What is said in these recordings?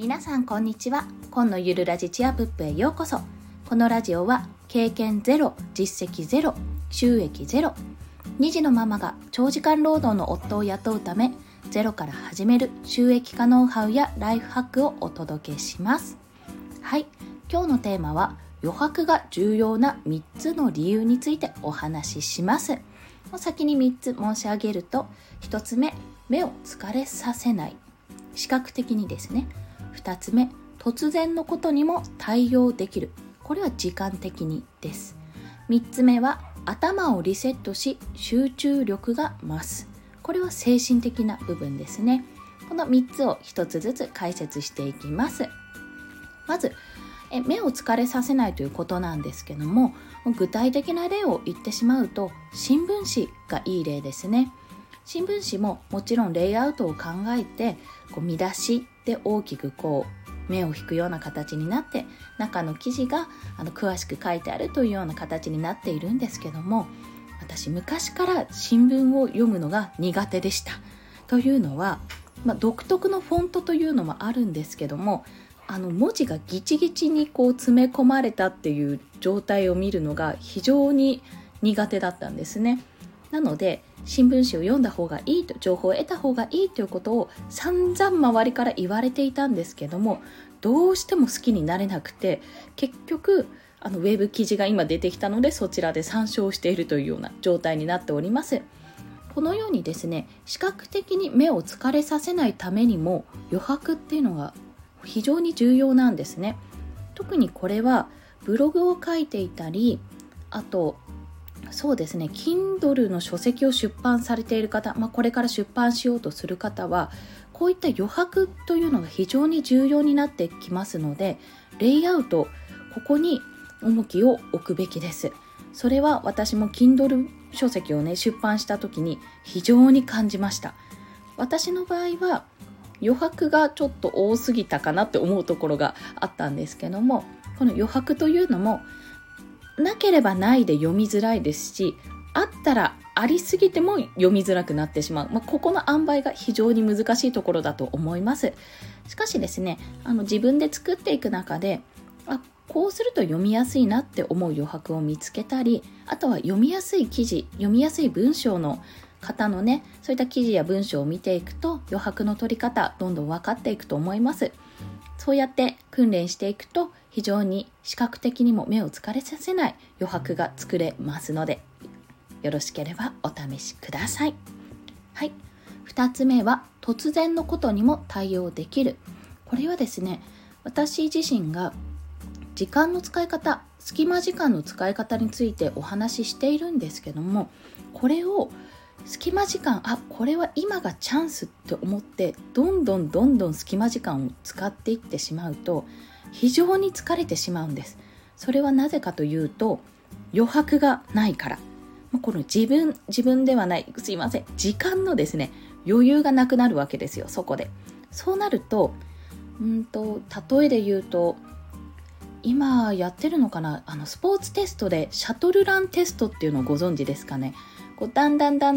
皆さんこんにちは。今のゆるラジチアプップへようこそ。このラジオは経験ゼロ、実績ゼロ、収益ゼロ、2児のママが長時間労働の夫を雇うためゼロから始める収益化ノウハウやライフハックをお届けします。はい、今日のテーマは余白が重要な3つの理由についてお話しします。先に3つ申し上げると、1つ目、目を疲れさせない、視覚的にですね。2つ目、突然のことにも対応できる、これは時間的にです。3つ目は頭をリセットし集中力が増す、これは精神的な部分ですね。この3つを1つずつ解説していきます。まず目を疲れさせないということなんですけども、具体的な例を言ってしまうと新聞紙がいい例ですね。新聞紙ももちろんレイアウトを考えて見出しで大きく目を引くような形になって、中の記事が詳しく書いてあるというような形になっているんですけども、私昔から新聞を読むのが苦手でした。というのは、独特のフォントというのもあるんですけども、文字がギチギチに詰め込まれたっていう状態を見るのが非常に苦手だったんですね。なので新聞紙を読んだ方がいいと、情報を得た方がいいということを散々周りから言われていたんですけども、どうしても好きになれなくて、結局ウェブ記事が今出てきたのでそちらで参照しているというような状態になっております。このようにですね、視覚的に目を疲れさせないためにも余白っていうのが非常に重要なんですね。特にこれはブログを書いていたり、あとそうですね、Kindle の書籍を出版されている方、これから出版しようとする方はこういった余白というのが非常に重要になってきますので、レイアウト、ここに重きを置くべきです。それは私も Kindle 書籍を出版した時に非常に感じました。私の場合は余白がちょっと多すぎたかなって思うところがあったんですけども、この余白というのもなければないで読みづらいですし、あったらありすぎても読みづらくなってしまう、ここの塩梅が非常に難しいところだと思います。しかしですね、自分で作っていく中でこうすると読みやすいなって思う余白を見つけたり、あとは読みやすい記事、読みやすい文章の方のそういった記事や文章を見ていくと余白の取り方どんどん分かっていくと思います。そうやって訓練していくと非常に視覚的にも目を疲れさせない余白が作れますので、よろしければお試しください。はい、2つ目は突然のことにも対応できる。これはですね、私自身が時間の使い方、隙間時間の使い方についてお話ししているんですけども、これを隙間時間、これは今がチャンスって思ってどんどん隙間時間を使っていってしまうと非常に疲れてしまうんです。それはなぜかというと、余白がないから。この自分ではない、時間のですね、余裕がなくなるわけですよ。そこでそうなると、例えで言うと今やってるのかな、スポーツテストでシャトルランテストっていうのをご存知ですかね。だんだん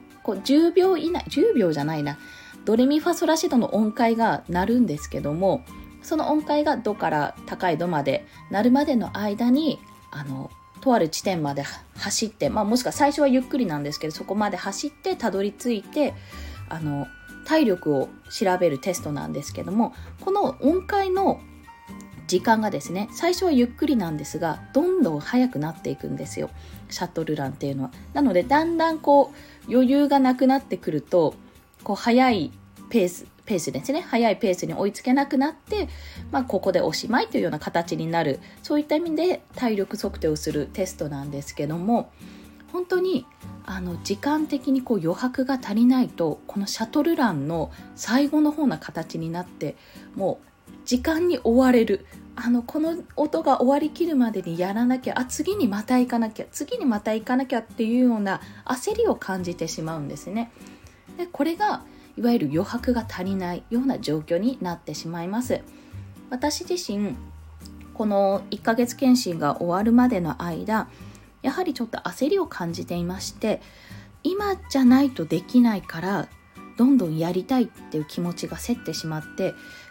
10秒以内、10秒じゃないな、ドレミファソラシドの音階が鳴るんですけども、その音階がドから高いドまで鳴るまでの間にとある地点まで走って、もしくは最初はゆっくりなんですけど、そこまで走ってたどり着いて体力を調べるテストなんですけども、この音階の時間がですね、最初はゆっくりなんですがどんどん速くなっていくんですよ、シャトルランっていうのは。なのでだんだん余裕がなくなってくると速いペースですね、速いペースに追いつけなくなって、ここでおしまいというような形になる、そういった意味で体力測定をするテストなんですけども、本当に時間的に余白が足りないと、このシャトルランの最後の方な形になって、もう時間に追われる、この音が終わりきるまでにやらなきゃ、次にまた行かなきゃ、次にまた行かなきゃっていうような焦りを感じてしまうんですね。でこれがいわゆる余白が足りないような状況になってしまいます。私自身この1ヶ月検診が終わるまでの間、やはりちょっと焦りを感じていまして、今じゃないとできないからどんどんやりたいっていう気持ちがせってしまって、結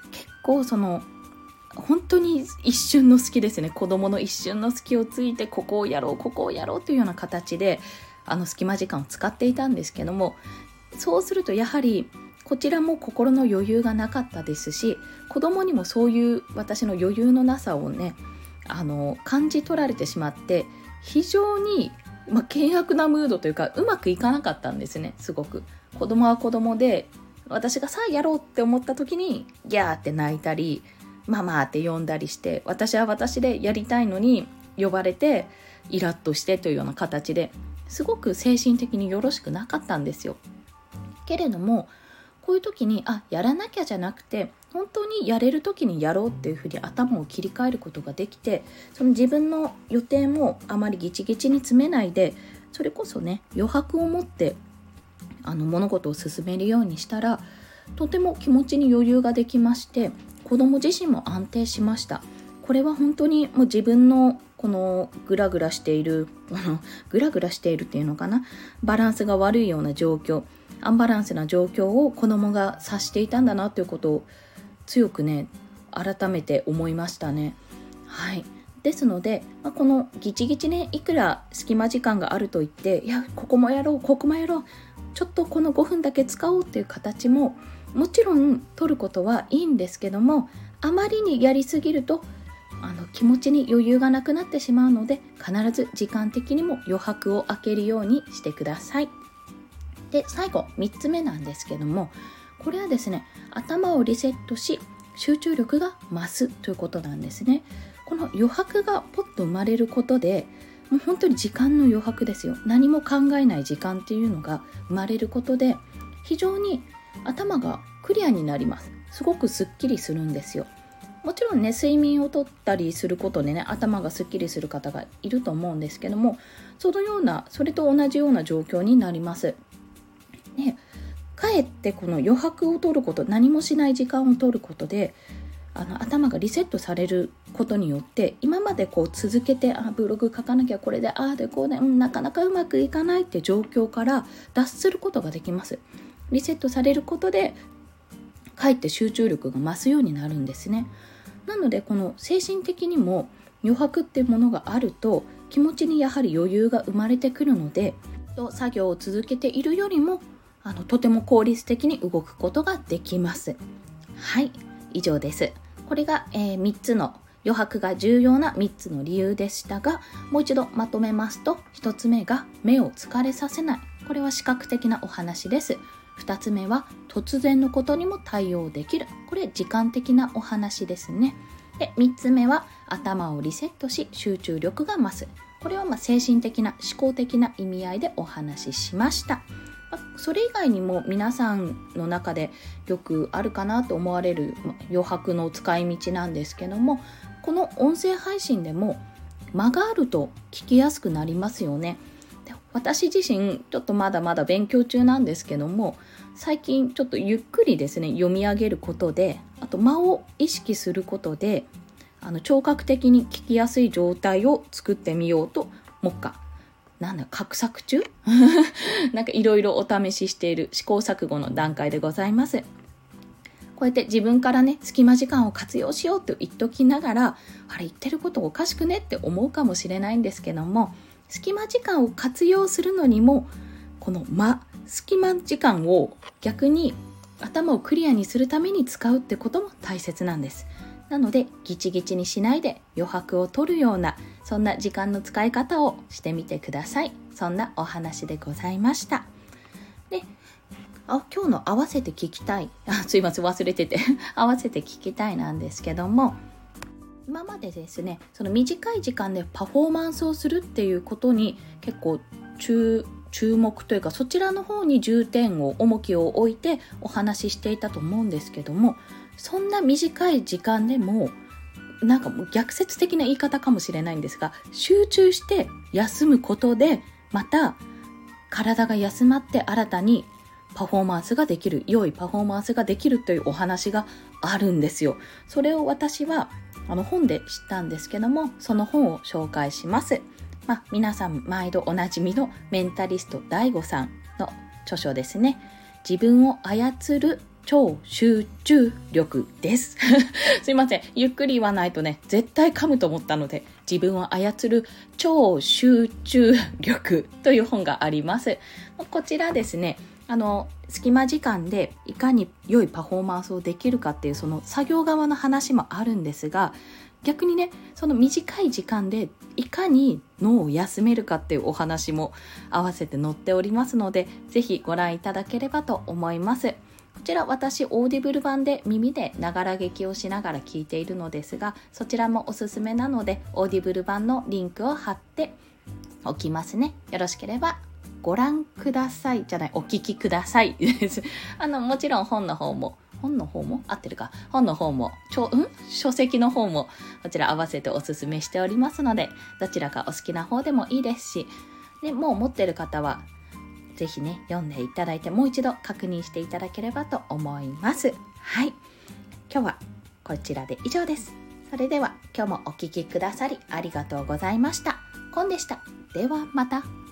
構本当に一瞬の隙ですね。子供の一瞬の隙をついてここをやろうというような形で隙間時間を使っていたんですけども、そうするとやはりこちらも心の余裕がなかったですし、子供にもそういう私の余裕のなさをね感じ取られてしまって、非常に険悪なムードというか、うまくいかなかったんですね。すごく子供は子供で、私がさあやろうって思った時にギャーって泣いたり、ママって呼んだりして、私は私でやりたいのに呼ばれてイラッとしてというような形で、すごく精神的によろしくなかったんですよ。けれどもこういう時にやらなきゃじゃなくて、本当にやれる時にやろうっていうふうに頭を切り替えることができて、その自分の予定もあまりギチギチに詰めないで、それこそね余白を持って物事を進めるようにしたら、とても気持ちに余裕ができまして、子供自身も安定しました。これは本当にもう自分のこのグラグラしているっていうのかな、バランスが悪いような状況、アンバランスな状況を子供が察していたんだなということを強くね改めて思いましたね。はい。ですので、このギチギチね、いくら隙間時間があるといって、いやここもやろうちょっとこの5分だけ使おうっていう形ももちろん取ることはいいんですけども、あまりにやりすぎると気持ちに余裕がなくなってしまうので、必ず時間的にも余白を空けるようにしてください。で、最後3つ目なんですけども、これはですね、頭をリセットし集中力が増すということなんですね。この余白がポッと生まれることで、もう本当に時間の余白ですよ。何も考えない時間っていうのが生まれることで、非常に頭がクリアになります。すごくすっきりするんですよ。もちろんね、睡眠をとったりすることでね、頭がすっきりする方がいると思うんですけども、それと同じような状況になります。ね、かえってこの余白を取ること、何もしない時間を取ることで頭がリセットされることによって、今まで続けてブログ書かなきゃ、これででこうで、なかなかうまくいかないって状況から脱することができます。リセットされることでかえって集中力が増すようになるんですね。なのでこの精神的にも余白っていうものがあると、気持ちにやはり余裕が生まれてくるので、作業を続けているよりもとても効率的に動くことができます。はい、以上です。これが、3つの余白が重要な3つの理由でしたが、もう一度まとめますと、1つ目が目を疲れさせない。これは視覚的なお話です。2つ目は突然のことにも対応できる。これ時間的なお話ですね。で、3つ目は頭をリセットし集中力が増す。これは精神的な思考的な意味合いでお話ししました。それ以外にも皆さんの中でよくあるかなと思われる余白の使い道なんですけども、この音声配信でも間があると聞きやすくなりますよね。で、私自身ちょっとまだまだ勉強中なんですけども、最近ちょっとゆっくりですね読み上げることで、あと間を意識することで聴覚的に聞きやすい状態を作ってみようと目下画策中いろいろお試ししている試行錯誤の段階でございます。こうやって自分からね、隙間時間を活用しようと言っときながら、言ってることおかしくねって思うかもしれないんですけども、隙間時間を活用するのにもこの隙間時間を逆に頭をクリアにするために使うってことも大切なんです。なのでギチギチにしないで余白を取るような、そんな時間の使い方をしてみてください。そんなお話でございました。で、今日の合わせて聞きたい、すいません忘れてて合わせて聞きたいなんですけども、今までですね、その短い時間でパフォーマンスをするっていうことに結構注目というか、そちらの方に重きを置いてお話ししていたと思うんですけども、そんな短い時間でももう逆説的な言い方かもしれないんですが、集中して休むことでまた体が休まって新たにパフォーマンスができる、良いパフォーマンスができるというお話があるんですよ。それを私は本で知ったんですけども、その本を紹介します。皆さん毎度おなじみのメンタリスト DAIGO さんの著書ですね。自分を操る超集中力ですすいません、ゆっくり言わないとね絶対噛むと思ったので、自分を操る超集中力という本があります。こちらですね、隙間時間でいかに良いパフォーマンスをできるかっていうその作業側の話もあるんですが、逆にねその短い時間でいかに脳を休めるかっていうお話も合わせて載っておりますので、ぜひご覧いただければと思います。こちら私オーディブル版で耳でながら聞きをしながら聞いているのですが、そちらもおすすめなのでオーディブル版のリンクを貼っておきますね。よろしければご覧くださいじゃない、お聞きくださいですもちろん本の方も合ってるか、本の方も書籍の方もこちら合わせておすすめしておりますので、どちらかお好きな方でもいいですし、ね、もう持ってる方はぜひね読んでいただいてもう一度確認していただければと思います。はい、今日はこちらで以上です。それでは今日もお聞きくださりありがとうございました。コンでした。ではまた。